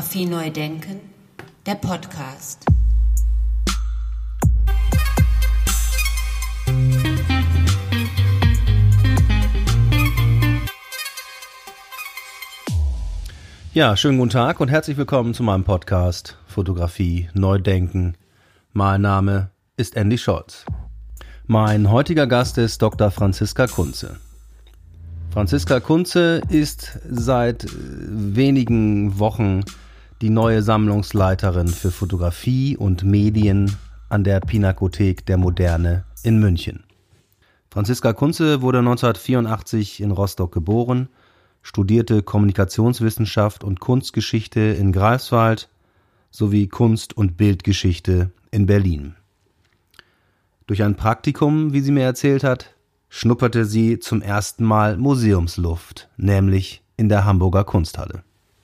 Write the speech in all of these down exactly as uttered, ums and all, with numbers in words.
Fotografie neu denken, der Podcast. Ja, schönen guten Tag und herzlich willkommen zu meinem Podcast Fotografie neu denken. Mein Name ist Andy Scholz. Mein heutiger Gast ist Doktor Franziska Kunze. Franziska Kunze ist seit wenigen Wochen die neue Sammlungsleiterin für Fotografie und Medien an der Pinakothek der Moderne in München. Franziska Kunze wurde neunzehnhundertvierundachtzig in Rostock geboren, studierte Kommunikationswissenschaft und Kunstgeschichte in Greifswald sowie Kunst- und Bildgeschichte in Berlin. Durch ein Praktikum, wie sie mir erzählt hat, schnupperte sie zum ersten Mal Museumsluft, nämlich in der Hamburger Kunsthalle.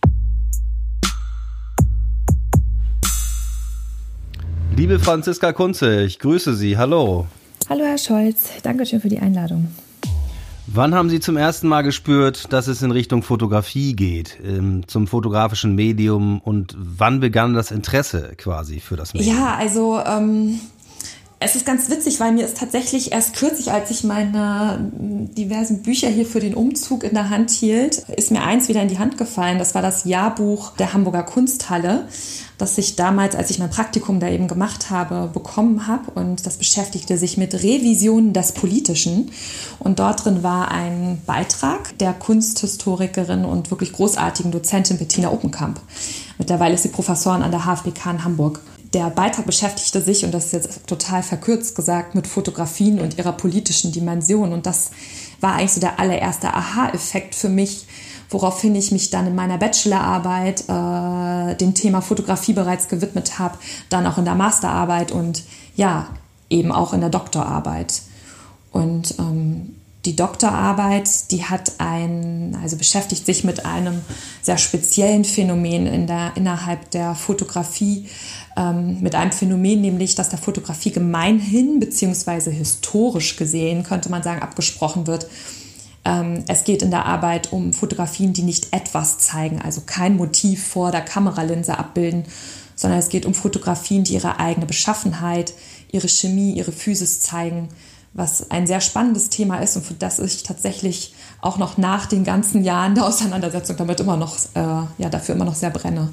Liebe Franziska Kunze, ich grüße Sie. Hallo. Hallo Herr Scholz, danke schön für die Einladung. Wann haben Sie zum ersten Mal gespürt, dass es in Richtung Fotografie geht, ähm, zum fotografischen Medium, und wann begann das Interesse quasi für das Medium? Ja, also ähm, es ist ganz witzig, weil mir ist tatsächlich erst kürzlich, als ich meine diversen Bücher hier für den Umzug in der Hand hielt, ist mir eins wieder in die Hand gefallen. Das war das Jahrbuch der Hamburger Kunsthalle, das ich damals, als ich mein Praktikum da eben gemacht habe, bekommen habe. Und das beschäftigte sich mit Revisionen des Politischen. Und dort drin war ein Beitrag der Kunsthistorikerin und wirklich großartigen Dozentin Bettina Oppenkamp. Mittlerweile ist sie Professorin an der H F B K in Hamburg. Der Beitrag beschäftigte sich, und das ist jetzt total verkürzt gesagt, mit Fotografien und ihrer politischen Dimension. Und das war eigentlich so der allererste Aha-Effekt für mich, woraufhin ich mich dann in meiner Bachelorarbeit äh, dem Thema Fotografie bereits gewidmet habe, dann auch in der Masterarbeit und ja, eben auch in der Doktorarbeit. Und ähm, die Doktorarbeit, die hat ein, also beschäftigt sich mit einem sehr speziellen Phänomen in der, innerhalb der Fotografie, ähm, mit einem Phänomen, nämlich, dass der Fotografie gemeinhin beziehungsweise historisch gesehen, könnte man sagen, abgesprochen wird. Ähm, es geht in der Arbeit um Fotografien, die nicht etwas zeigen, also kein Motiv vor der Kameralinse abbilden, sondern es geht um Fotografien, die ihre eigene Beschaffenheit, ihre Chemie, ihre Physis zeigen, was ein sehr spannendes Thema ist und für das ich tatsächlich auch noch nach den ganzen Jahren der Auseinandersetzung damit immer noch, äh, ja, dafür immer noch sehr brenne.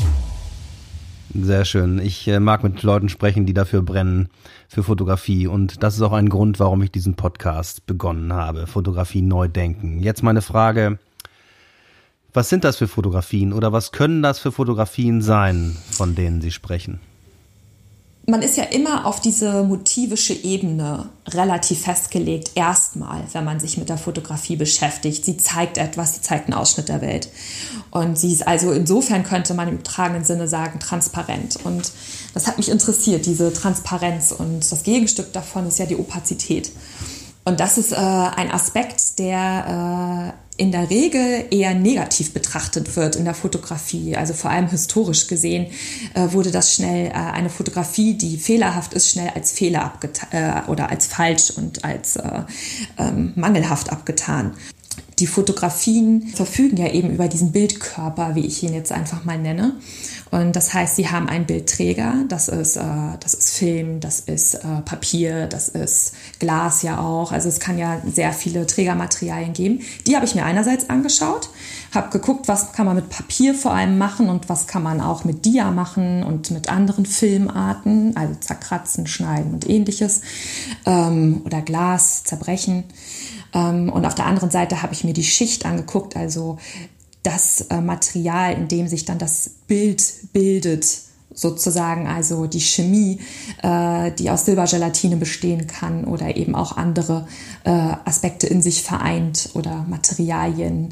Sehr schön. Ich äh, mag mit Leuten sprechen, die dafür brennen, für Fotografie. Und das ist auch ein Grund, warum ich diesen Podcast begonnen habe. Fotografie neu denken. Jetzt meine Frage: Was sind das für Fotografien oder was können das für Fotografien sein, von denen Sie sprechen? Man ist ja immer auf diese motivische Ebene relativ festgelegt, erstmal, wenn man sich mit der Fotografie beschäftigt. Sie zeigt etwas, sie zeigt einen Ausschnitt der Welt. Und sie ist also insofern, könnte man im übertragenen Sinne sagen, transparent. Und das hat mich interessiert, diese Transparenz. Und das Gegenstück davon ist ja die Opazität. Und das ist äh, ein Aspekt, der äh, in der Regel eher negativ betrachtet wird in der Fotografie. Also vor allem historisch gesehen äh, wurde das schnell, äh, eine Fotografie, die fehlerhaft ist, schnell als Fehler abgetan äh, oder als falsch und als äh, ähm, mangelhaft abgetan. Die Fotografien verfügen ja eben über diesen Bildkörper, wie ich ihn jetzt einfach mal nenne. Und das heißt, sie haben einen Bildträger, das ist, äh, das ist Film, das ist äh, Papier, das ist Glas ja auch. Also es kann ja sehr viele Trägermaterialien geben. Die habe ich mir einerseits angeschaut, habe geguckt, was kann man mit Papier vor allem machen und was kann man auch mit Dia machen und mit anderen Filmarten, also zerkratzen, schneiden und ähnliches, ähm, oder Glas zerbrechen. Und auf der anderen Seite habe ich mir die Schicht angeguckt, also das Material, in dem sich dann das Bild bildet, sozusagen, also die Chemie, die aus Silbergelatine bestehen kann oder eben auch andere Aspekte in sich vereint oder Materialien,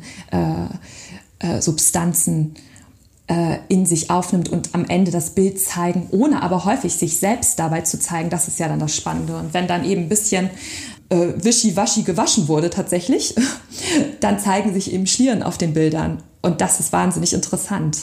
Substanzen in sich aufnimmt und am Ende das Bild zeigen, ohne aber häufig sich selbst dabei zu zeigen. Das ist ja dann das Spannende. Und wenn dann eben ein bisschen äh, wischiwaschi gewaschen wurde tatsächlich, dann zeigen sich eben Schlieren auf den Bildern. Und das ist wahnsinnig interessant.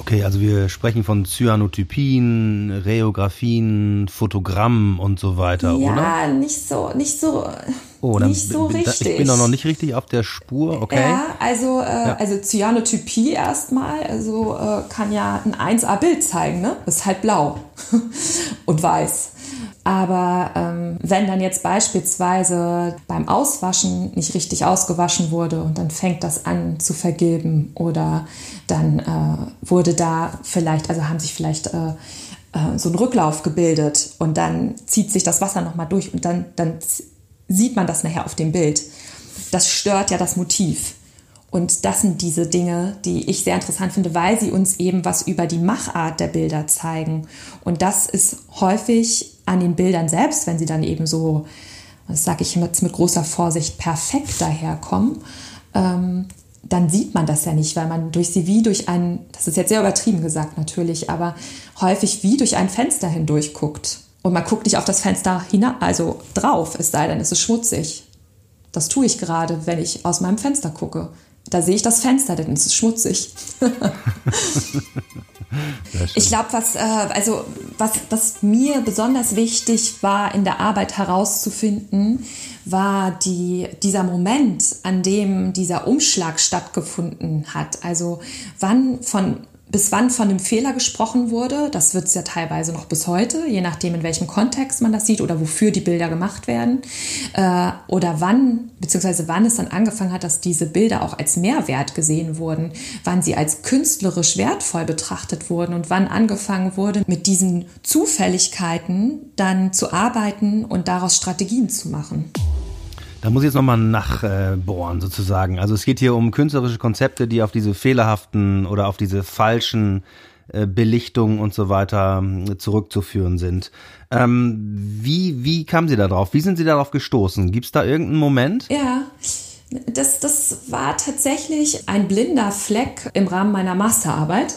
Okay, also wir sprechen von Cyanotypien, Rheographien, Fotogrammen und so weiter, ja, oder? Ja, nicht so, nicht so, oh, dann nicht so bin, richtig. Ich bin doch noch nicht richtig auf der Spur, okay? Ja, also, äh, ja. also Cyanotypie erstmal, also äh, kann ja ein eins A-Bild zeigen, ne? Ist halt blau und weiß. Aber ähm, wenn dann jetzt beispielsweise beim Auswaschen nicht richtig ausgewaschen wurde und dann fängt das an zu vergilben oder dann äh, wurde da vielleicht, also haben sich vielleicht äh, äh, so ein Rücklauf gebildet und dann zieht sich das Wasser nochmal durch und dann, dann sieht man das nachher auf dem Bild. Das stört ja das Motiv. Und das sind diese Dinge, die ich sehr interessant finde, weil sie uns eben was über die Machart der Bilder zeigen. Und das ist häufig an den Bildern selbst, wenn sie dann eben so, das sage ich jetzt mit großer Vorsicht, perfekt daherkommen, ähm, dann sieht man das ja nicht, weil man durch sie wie durch ein, das ist jetzt sehr übertrieben gesagt natürlich, aber häufig wie durch ein Fenster hindurch guckt. Und man guckt nicht auf das Fenster hinein, also drauf, es sei denn, es ist schmutzig. Das tue ich gerade, wenn ich aus meinem Fenster gucke. Da sehe ich das Fenster, denn es ist schmutzig. Ich glaube, was, äh, also, was, was mir besonders wichtig war, in der Arbeit herauszufinden, war die, dieser Moment, an dem dieser Umschlag stattgefunden hat. Also wann von, bis wann von einem Fehler gesprochen wurde. Das wird es ja teilweise noch bis heute, je nachdem, in welchem Kontext man das sieht oder wofür die Bilder gemacht werden. Äh, oder wann, beziehungsweise wann es dann angefangen hat, dass diese Bilder auch als Mehrwert gesehen wurden, wann sie als künstlerisch wertvoll betrachtet wurden und wann angefangen wurde, mit diesen Zufälligkeiten dann zu arbeiten und daraus Strategien zu machen. Da muss ich jetzt nochmal nachbohren sozusagen. Also es geht hier um künstlerische Konzepte, die auf diese fehlerhaften oder auf diese falschen äh, Belichtungen und so weiter äh, zurückzuführen sind. Ähm, wie, wie kamen Sie da drauf? Wie sind Sie darauf gestoßen? Gibt es da irgendeinen Moment? Ja, das, das war tatsächlich ein blinder Fleck im Rahmen meiner Masterarbeit.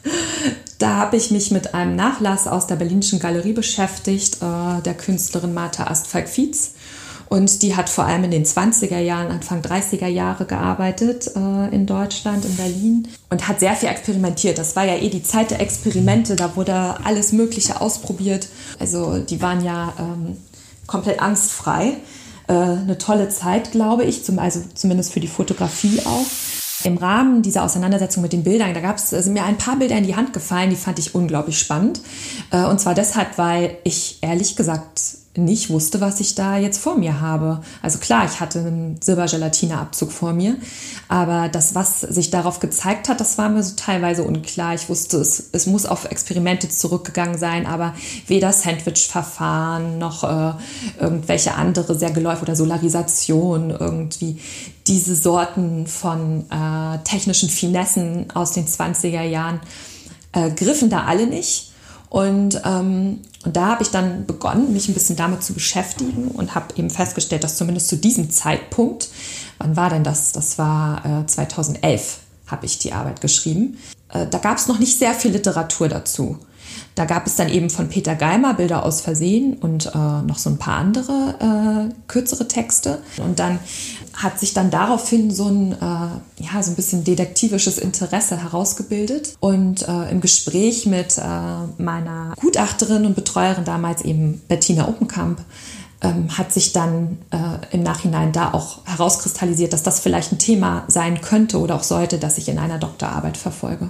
Da habe ich mich mit einem Nachlass aus der Berlinischen Galerie beschäftigt, äh, der Künstlerin Martha Astfalk-Fietz. Und die hat vor allem in den zwanziger Jahren, Anfang dreißiger Jahre gearbeitet äh, in Deutschland, in Berlin und hat sehr viel experimentiert. Das war ja eh die Zeit der Experimente, da wurde alles Mögliche ausprobiert. Also die waren ja ähm, komplett angstfrei. Äh, eine tolle Zeit, glaube ich, zum, also zumindest für die Fotografie auch. Im Rahmen dieser Auseinandersetzung mit den Bildern, da gab es also mir ein paar Bilder in die Hand gefallen, die fand ich unglaublich spannend. Äh, und zwar deshalb, weil ich ehrlich gesagt nicht wusste, was ich da jetzt vor mir habe. Also klar, ich hatte einen Silbergelatineabzug vor mir, aber das, was sich darauf gezeigt hat, das war mir so teilweise unklar. Ich wusste, es, es muss auf Experimente zurückgegangen sein, aber weder Sandwich-Verfahren noch äh, irgendwelche andere sehr geläufig oder Solarisation, irgendwie diese Sorten von äh, technischen Finessen aus den zwanziger Jahren äh, griffen da alle nicht. Und, ähm, und da habe ich dann begonnen, mich ein bisschen damit zu beschäftigen und habe eben festgestellt, dass zumindest zu diesem Zeitpunkt, wann war denn das? Das war äh, zweitausendelf, habe ich die Arbeit geschrieben. Äh, da gab es noch nicht sehr viel Literatur dazu. Da gab es dann eben von Peter Geimer Bilder aus Versehen und äh, noch so ein paar andere äh, kürzere Texte. Und dann hat sich dann daraufhin so ein, äh, ja, so ein bisschen detektivisches Interesse herausgebildet. Und äh, im Gespräch mit äh, meiner Gutachterin und Betreuerin damals eben Bettina Oppenkamp ähm, hat sich dann äh, im Nachhinein da auch herauskristallisiert, dass das vielleicht ein Thema sein könnte oder auch sollte, das ich in einer Doktorarbeit verfolge.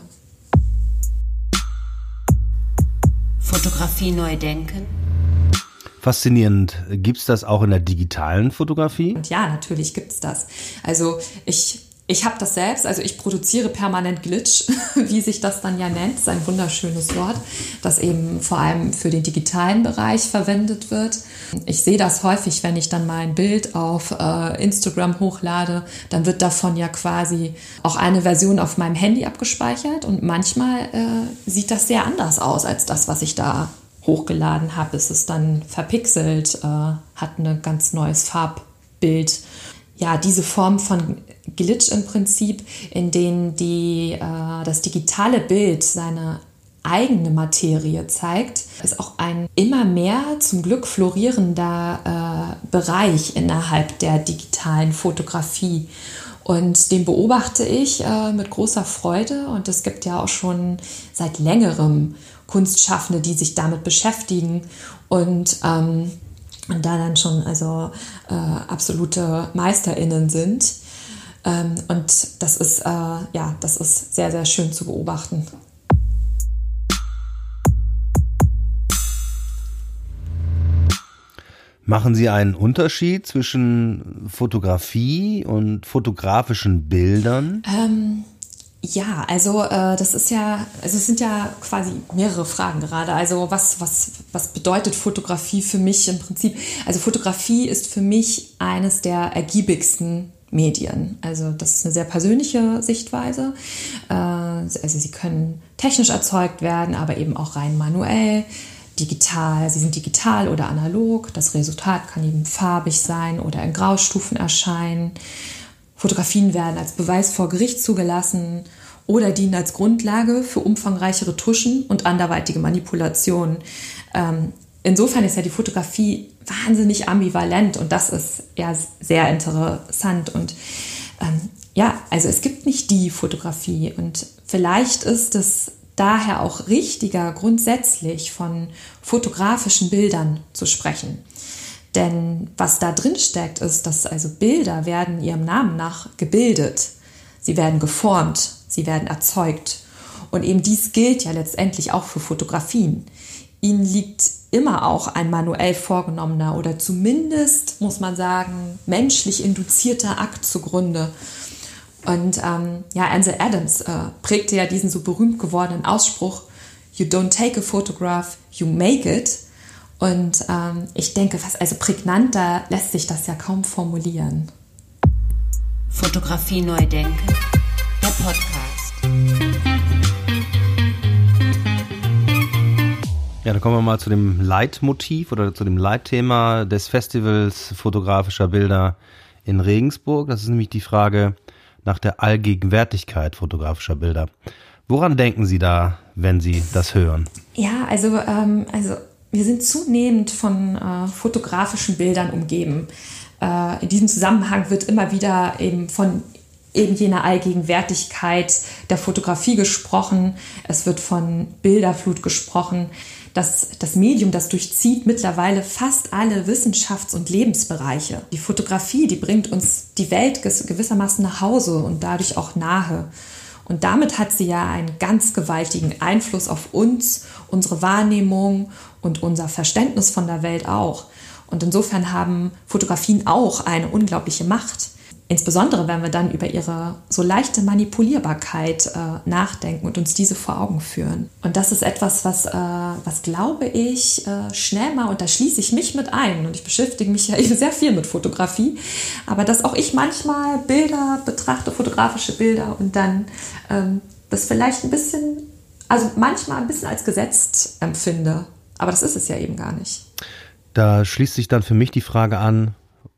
Fotografie neu denken. Faszinierend. Gibt es das auch in der digitalen Fotografie? Und ja, natürlich gibt es das. Also ich, ich habe das selbst, also ich produziere permanent Glitch, wie sich das dann ja nennt. Das ist ein wunderschönes Wort, das eben vor allem für den digitalen Bereich verwendet wird. Ich sehe das häufig, wenn ich dann mal ein Bild auf äh, Instagram hochlade, dann wird davon ja quasi auch eine Version auf meinem Handy abgespeichert und manchmal äh, sieht das sehr anders aus als das, was ich da hochgeladen habe. Es ist dann verpixelt, äh, hat ein ganz neues Farbbild. Ja, diese Form von Glitch im Prinzip, in denen die, äh, das digitale Bild seine eigene Materie zeigt, ist auch ein immer mehr zum Glück florierender äh, Bereich innerhalb der digitalen Fotografie. Und den beobachte ich äh, mit großer Freude. Und es gibt ja auch schon seit längerem Kunstschaffende, die sich damit beschäftigen und, ähm, und da dann schon also äh, absolute MeisterInnen sind. Ähm, und das ist, äh, ja, das ist sehr, sehr schön zu beobachten. Machen Sie einen Unterschied zwischen Fotografie und fotografischen Bildern? Ähm, ja, also äh, das ist ja, also es sind ja quasi mehrere Fragen gerade. Also was, was, was bedeutet Fotografie für mich im Prinzip? Also Fotografie ist für mich eines der ergiebigsten Medien. Also das ist eine sehr persönliche Sichtweise. Äh, also sie können technisch erzeugt werden, aber eben auch rein manuell. Digital, sie sind digital oder analog. Das Resultat kann eben farbig sein oder in Graustufen erscheinen. Fotografien werden als Beweis vor Gericht zugelassen oder dienen als Grundlage für umfangreichere Tuschen und anderweitige Manipulationen. Ähm, insofern ist ja die Fotografie wahnsinnig ambivalent und das ist ja sehr interessant. Und ähm, ja, also es gibt nicht die Fotografie und vielleicht ist es daher auch richtiger, grundsätzlich von fotografischen Bildern zu sprechen. Denn was da drin steckt, ist, dass also Bilder werden ihrem Namen nach gebildet. Sie werden geformt, sie werden erzeugt. Und eben dies gilt ja letztendlich auch für Fotografien. Ihnen liegt immer auch ein manuell vorgenommener oder zumindest, muss man sagen, menschlich induzierter Akt zugrunde. Und ähm, ja, Ansel Adams äh, prägte ja diesen so berühmt gewordenen Ausspruch, "You don't take a photograph, you make it." Und ähm, ich denke, was, also prägnanter lässt sich das ja kaum formulieren. Fotografie neu denken, der Podcast. Ja, dann kommen wir mal zu dem Leitmotiv oder zu dem Leitthema des Festivals fotografischer Bilder in Regensburg. Das ist nämlich die Frage nach der Allgegenwärtigkeit fotografischer Bilder. Woran denken Sie da, wenn Sie das hören? Ja, also, ähm, also wir sind zunehmend von äh, fotografischen Bildern umgeben. Äh, in diesem Zusammenhang wird immer wieder eben von eben jener Allgegenwärtigkeit der Fotografie gesprochen. Es wird von Bilderflut gesprochen. Das, das Medium, das durchzieht mittlerweile fast alle Wissenschafts- und Lebensbereiche. Die Fotografie, die bringt uns die Welt gewissermaßen nach Hause und dadurch auch nahe. Und damit hat sie ja einen ganz gewaltigen Einfluss auf uns, unsere Wahrnehmung und unser Verständnis von der Welt auch. Und insofern haben Fotografien auch eine unglaubliche Macht. Insbesondere, wenn wir dann über ihre so leichte Manipulierbarkeit äh, nachdenken und uns diese vor Augen führen. Und das ist etwas, was, äh, was glaube ich, äh, schnell mal, und da schließe ich mich mit ein, und ich beschäftige mich ja eben sehr viel mit Fotografie, aber dass auch ich manchmal Bilder betrachte, fotografische Bilder, und dann ähm, das vielleicht ein bisschen, also manchmal ein bisschen als gesetzt empfinde. Aber das ist es ja eben gar nicht. Da schließt sich dann für mich die Frage an,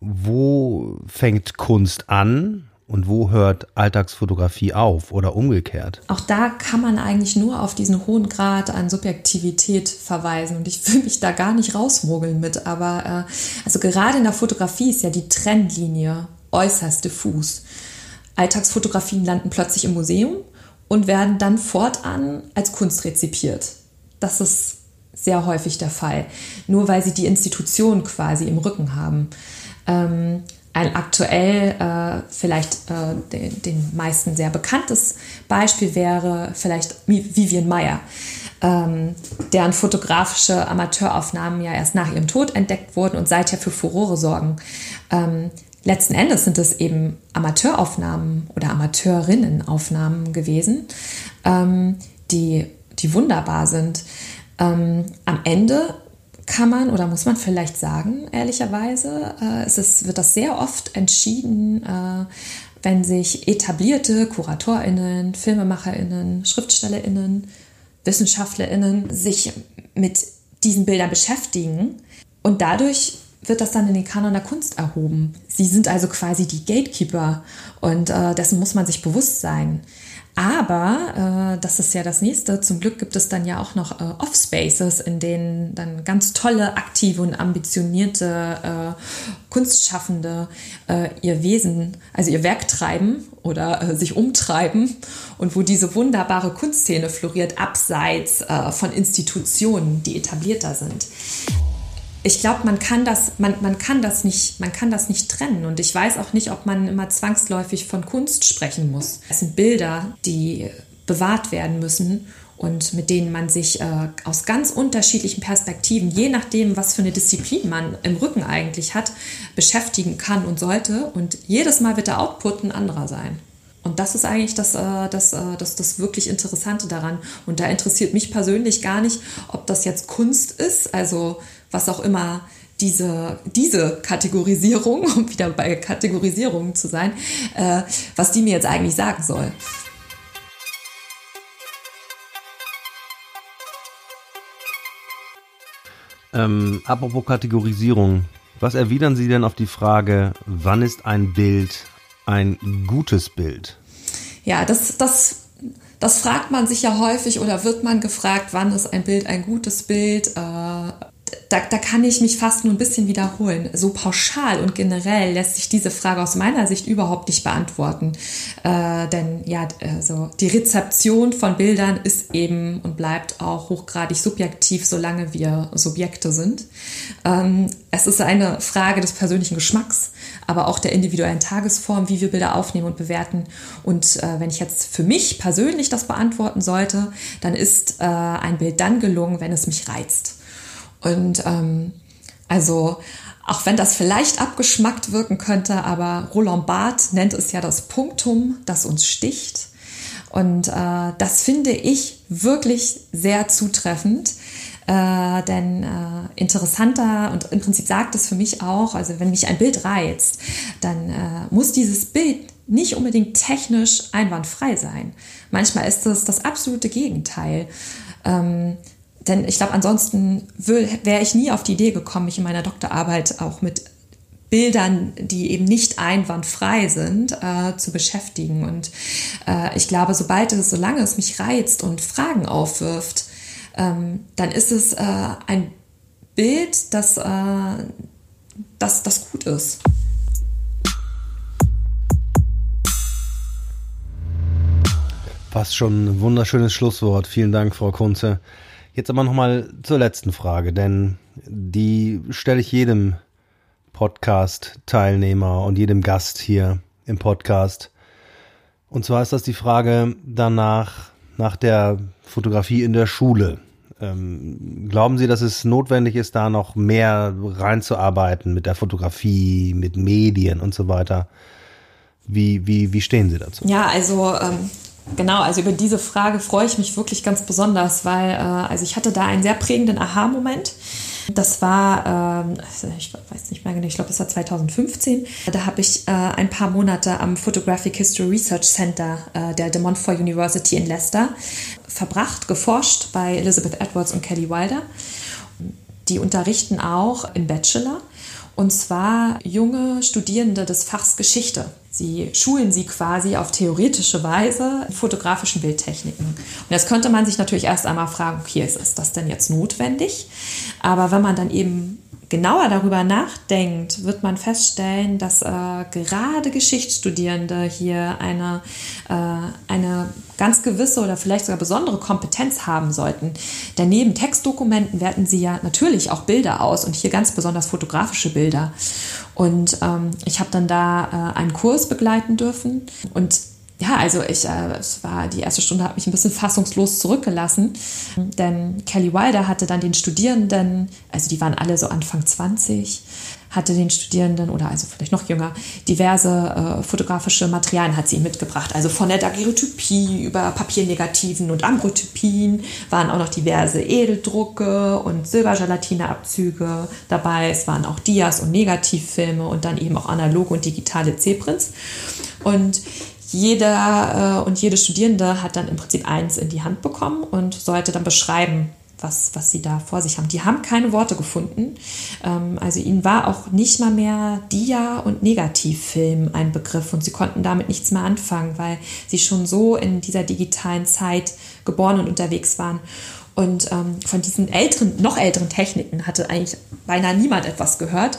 wo fängt Kunst an und wo hört Alltagsfotografie auf oder umgekehrt? Auch da kann man eigentlich nur auf diesen hohen Grad an Subjektivität verweisen und ich will mich da gar nicht rausmogeln mit, aber äh, also gerade in der Fotografie ist ja die Trennlinie äußerst diffus. Alltagsfotografien landen plötzlich im Museum und werden dann fortan als Kunst rezipiert. Das ist sehr häufig der Fall, nur weil sie die Institution quasi im Rücken haben. Ähm, ein aktuell äh, vielleicht äh, den, den meisten sehr bekanntes Beispiel wäre vielleicht Vivian Maier, ähm, deren fotografische Amateuraufnahmen ja erst nach ihrem Tod entdeckt wurden und seither für Furore sorgen. Ähm, letzten Endes sind es eben Amateuraufnahmen oder Amateurinnen-Aufnahmen gewesen, ähm, die, die wunderbar sind. Ähm, am Ende kann man oder muss man vielleicht sagen, ehrlicherweise, äh, es ist, wird das sehr oft entschieden, äh, wenn sich etablierte KuratorInnen, FilmemacherInnen, SchriftstellerInnen, WissenschaftlerInnen sich mit diesen Bildern beschäftigen und dadurch wird das dann in den Kanon der Kunst erhoben. Sie sind also quasi die Gatekeeper und äh, dessen muss man sich bewusst sein. Aber, äh, das ist ja das Nächste, zum Glück gibt es dann ja auch noch äh, Offspaces, in denen dann ganz tolle, aktive und ambitionierte äh, Kunstschaffende äh, ihr Wesen, also ihr Werk treiben oder äh, sich umtreiben und wo diese wunderbare Kunstszene floriert, abseits äh, von Institutionen, die etablierter sind. Ich glaube, man kann das, man, man kann das nicht, man kann das nicht trennen. Und ich weiß auch nicht, ob man immer zwangsläufig von Kunst sprechen muss. Es sind Bilder, die bewahrt werden müssen und mit denen man sich äh, aus ganz unterschiedlichen Perspektiven, je nachdem, was für eine Disziplin man im Rücken eigentlich hat, beschäftigen kann und sollte. Und jedes Mal wird der Output ein anderer sein. Und das ist eigentlich das, äh, das, äh, das, das wirklich Interessante daran. Und da interessiert mich persönlich gar nicht, ob das jetzt Kunst ist, also was auch immer diese, diese Kategorisierung, um wieder bei Kategorisierungen zu sein, äh, was die mir jetzt eigentlich sagen soll. Ähm, apropos Kategorisierung, was erwidern Sie denn auf die Frage, wann ist ein Bild ein gutes Bild? Ja, das, das, das fragt man sich ja häufig oder wird man gefragt, wann ist ein Bild ein gutes Bild? Äh, Da, da kann ich mich fast nur ein bisschen wiederholen. So pauschal und generell lässt sich diese Frage aus meiner Sicht überhaupt nicht beantworten. Äh, denn ja, also die Rezeption von Bildern ist eben und bleibt auch hochgradig subjektiv, solange wir Subjekte sind. Ähm, es ist eine Frage des persönlichen Geschmacks, aber auch der individuellen Tagesform, wie wir Bilder aufnehmen und bewerten. Und äh, wenn ich jetzt für mich persönlich das beantworten sollte, dann ist äh, ein Bild dann gelungen, wenn es mich reizt. Und ähm, also auch wenn das vielleicht abgeschmackt wirken könnte, aber Roland Barthes nennt es ja das Punktum, das uns sticht. Und äh, das finde ich wirklich sehr zutreffend, äh, denn äh, interessanter und im Prinzip sagt es für mich auch, also wenn mich ein Bild reizt, dann äh, muss dieses Bild nicht unbedingt technisch einwandfrei sein. Manchmal ist es das absolute Gegenteil. Ähm, Denn ich glaube, ansonsten wäre ich nie auf die Idee gekommen, mich in meiner Doktorarbeit auch mit Bildern, die eben nicht einwandfrei sind, äh, zu beschäftigen. Und äh, ich glaube, sobald es, solange es mich reizt und Fragen aufwirft, ähm, dann ist es äh, ein Bild, das, äh, das, das gut ist. Fast schon ein wunderschönes Schlusswort. Vielen Dank, Frau Kunze. Jetzt aber nochmal zur letzten Frage, denn die stelle ich jedem Podcast-Teilnehmer und jedem Gast hier im Podcast. Und zwar ist das die Frage danach, nach der Fotografie in der Schule. Ähm, glauben Sie, dass es notwendig ist, da noch mehr reinzuarbeiten mit der Fotografie, mit Medien und so weiter? Wie, wie, wie stehen Sie dazu? Ja, also ähm Genau, also über diese Frage freue ich mich wirklich ganz besonders, weil äh, also ich hatte da einen sehr prägenden Aha-Moment. Das war, ähm, ich weiß nicht mehr genau, ich glaube, das war zwanzig fünfzehn. Da habe ich äh, ein paar Monate am Photographic History Research Center äh, der De Montfort University in Leicester verbracht, geforscht bei Elizabeth Edwards und Kelly Wilder. Die unterrichten auch im Bachelor, und zwar junge Studierende des Fachs Geschichte. Sie schulen sie quasi auf theoretische Weise in fotografischen Bildtechniken. Und jetzt könnte man sich natürlich erst einmal fragen, okay, ist das denn jetzt notwendig? Aber wenn man dann eben genauer darüber nachdenkt, wird man feststellen, dass äh, gerade Geschichtsstudierende hier eine, äh, eine ganz gewisse oder vielleicht sogar besondere Kompetenz haben sollten. Denn neben Textdokumenten werten sie ja natürlich auch Bilder aus und hier ganz besonders fotografische Bilder. Und ähm, ich habe dann da äh, einen Kurs begleiten dürfen und ja, also ich, äh, es war die erste Stunde, hat mich ein bisschen fassungslos zurückgelassen, denn Kelly Wilder hatte dann den Studierenden, also die waren alle so Anfang zwanzig, hatte den Studierenden oder also vielleicht noch jünger, diverse äh, fotografische Materialien hat sie mitgebracht. Also von der Daguerreotypie über Papiernegativen und Ambrotypien waren auch noch diverse Edeldrucke und Silbergelatineabzüge dabei. Es waren auch Dias und Negativfilme und dann eben auch analoge und digitale C-Prints. Und jeder äh, und jede Studierende hat dann im Prinzip eins in die Hand bekommen und sollte dann beschreiben, was, was sie da vor sich haben. Die haben keine Worte gefunden. Ähm, also ihnen war auch nicht mal mehr Dia- und Negativfilm ein Begriff und sie konnten damit nichts mehr anfangen, weil sie schon so in dieser digitalen Zeit geboren und unterwegs waren. Und ähm, von diesen älteren, noch älteren Techniken hatte eigentlich beinahe niemand etwas gehört.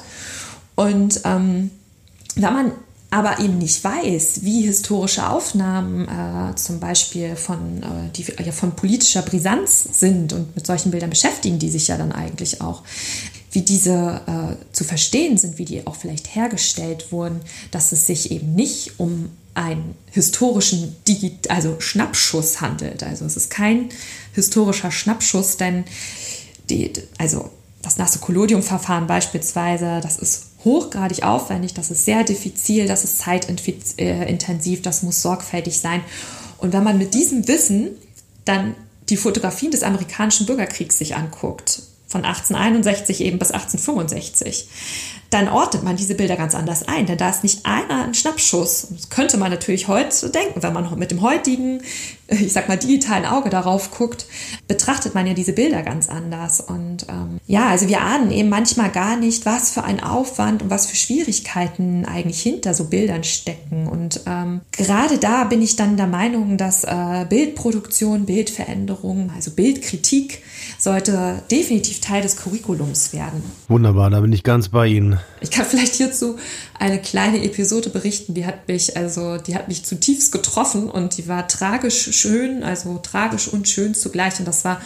Und ähm, wenn man aber eben nicht weiß, wie historische Aufnahmen äh, zum Beispiel von, äh, die, ja, von politischer Brisanz sind und mit solchen Bildern beschäftigen die sich ja dann eigentlich auch, wie diese äh, zu verstehen sind, wie die auch vielleicht hergestellt wurden, dass es sich eben nicht um einen historischen Digi- also Schnappschuss handelt. Also es ist kein historischer Schnappschuss, denn die, also das Nasse-Collodium-Verfahren beispielsweise, das ist hochgradig aufwendig, das ist sehr diffizil, das ist zeitintensiv, das muss sorgfältig sein. Und wenn man mit diesem Wissen dann die Fotografien des amerikanischen Bürgerkriegs sich anguckt, von achtzehnhunderteinundsechzig eben bis achtzehnhundertfünfundsechzig, dann ordnet man diese Bilder ganz anders ein, denn da ist nicht einer ein Schnappschuss. Das könnte man natürlich heute denken, wenn man mit dem heutigen, ich sag mal, digitalen Auge darauf guckt, betrachtet man ja diese Bilder ganz anders. Und ähm, ja, also wir ahnen eben manchmal gar nicht, was für ein Aufwand und was für Schwierigkeiten eigentlich hinter so Bildern stecken. Und ähm, gerade da bin ich dann der Meinung, dass äh, Bildproduktion, Bildveränderung, also Bildkritik sollte definitiv Teil des Curriculums werden. Wunderbar, da bin ich ganz bei Ihnen. Ich kann vielleicht hierzu eine kleine Episode berichten, die hat mich, also die hat mich zutiefst getroffen und die war tragisch schön, also tragisch und schön zugleich. Und das war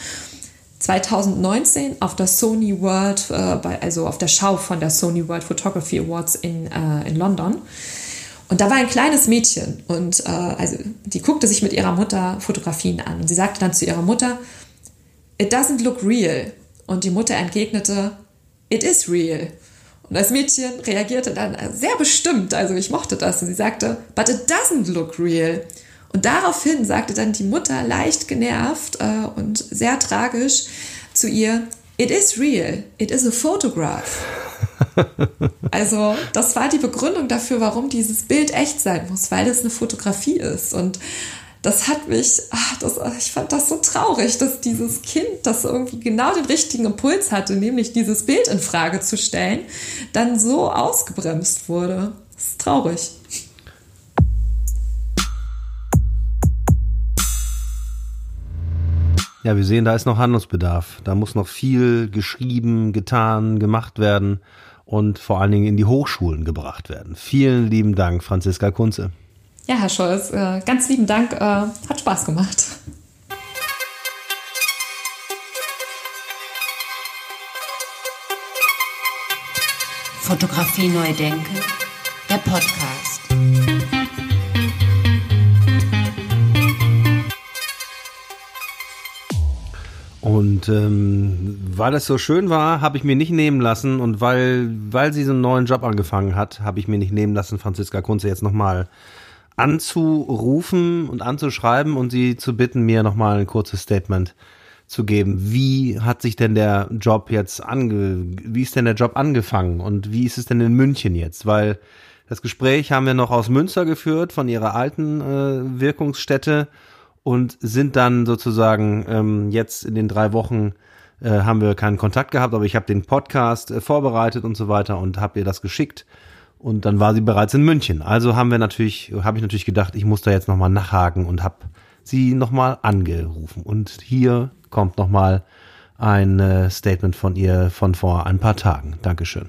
zweitausendneunzehn auf der Sony World, äh, bei, also auf der Schau von der Sony World Photography Awards in, äh, in London. Und da war ein kleines Mädchen und äh, also die guckte sich mit ihrer Mutter Fotografien an und sie sagte dann zu ihrer Mutter, "It doesn't look real." Und die Mutter entgegnete, "It is real." Und das Mädchen reagierte dann sehr bestimmt, also ich mochte das. Und sie sagte, "But it doesn't look real." Und daraufhin sagte dann die Mutter leicht genervt äh, und sehr tragisch zu ihr, "It is real, it is a photograph." Also das war die Begründung dafür, warum dieses Bild echt sein muss, weil es eine Fotografie ist. Und das hat mich, ach, das, ich fand das so traurig, dass dieses Kind, das irgendwie genau den richtigen Impuls hatte, nämlich dieses Bild in Frage zu stellen, dann so ausgebremst wurde. Das ist traurig. Ja, wir sehen, da ist noch Handlungsbedarf. Da muss noch viel geschrieben, getan, gemacht werden und vor allen Dingen in die Hochschulen gebracht werden. Vielen lieben Dank, Franziska Kunze. Ja, Herr Scholz, ganz lieben Dank, hat Spaß gemacht. Fotografie neu denken, der Podcast. Und ähm, weil das so schön war, habe ich mir nicht nehmen lassen und weil, weil sie so einen neuen Job angefangen hat, habe ich mir nicht nehmen lassen, Franziska Kunze jetzt nochmal anzurufen und anzuschreiben und sie zu bitten, mir nochmal ein kurzes Statement zu geben. Wie hat sich denn der Job jetzt ange, wie ist denn der Job angefangen und wie ist es denn in München jetzt? Weil das Gespräch haben wir noch aus Münster geführt, von ihrer alten äh, Wirkungsstätte und sind dann sozusagen ähm, jetzt in den drei Wochen äh, haben wir keinen Kontakt gehabt, aber ich habe den Podcast äh, vorbereitet und so weiter und habe ihr das geschickt. Und dann war sie bereits in München. Also haben wir natürlich, habe ich natürlich gedacht, ich muss da jetzt nochmal nachhaken und habe sie nochmal angerufen. Und hier kommt nochmal ein äh, Statement von ihr von vor ein paar Tagen. Dankeschön.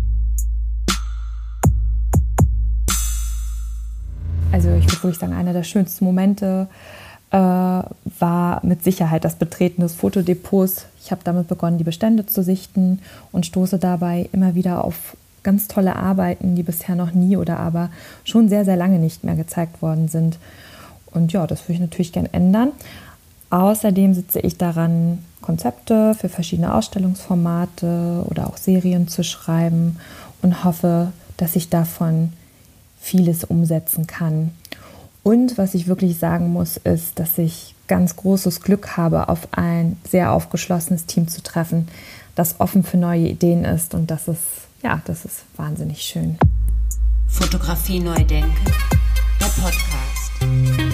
Also ich würde wirklich sagen, einer der schönsten Momente äh, war mit Sicherheit das Betreten des Fotodepots. Ich habe damit begonnen, die Bestände zu sichten und stoße dabei immer wieder auf ganz tolle Arbeiten, die bisher noch nie oder aber schon sehr, sehr lange nicht mehr gezeigt worden sind. Und ja, das würde ich natürlich gern ändern. Außerdem sitze ich daran, Konzepte für verschiedene Ausstellungsformate oder auch Serien zu schreiben und hoffe, dass ich davon vieles umsetzen kann. Und was ich wirklich sagen muss, ist, dass ich ganz großes Glück habe, auf ein sehr aufgeschlossenes Team zu treffen, das offen für neue Ideen ist und das ist Ja, das ist wahnsinnig schön. Fotografie neu denken, der Podcast.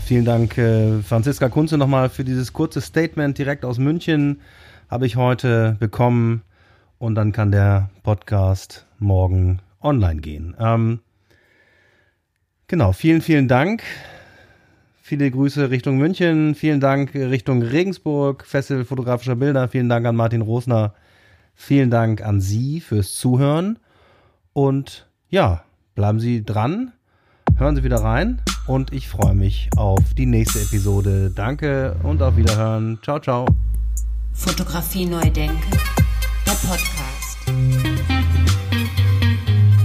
vielen Dank, äh, Franziska Kunze, nochmal für dieses kurze Statement direkt aus München. Habe ich heute bekommen und dann kann der Podcast morgen online gehen. Ähm, genau, vielen, vielen Dank. Viele Grüße Richtung München, vielen Dank Richtung Regensburg, Festival fotografischer Bilder, vielen Dank an Martin Rosner, vielen Dank an Sie fürs Zuhören und ja, bleiben Sie dran, hören Sie wieder rein und ich freue mich auf die nächste Episode. Danke und auf Wiederhören. Ciao, ciao. Fotografie neu denken, der Podcast.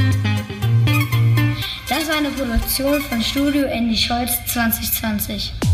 Das war eine Produktion von Studio Andy Scholz zwanzig zwanzig.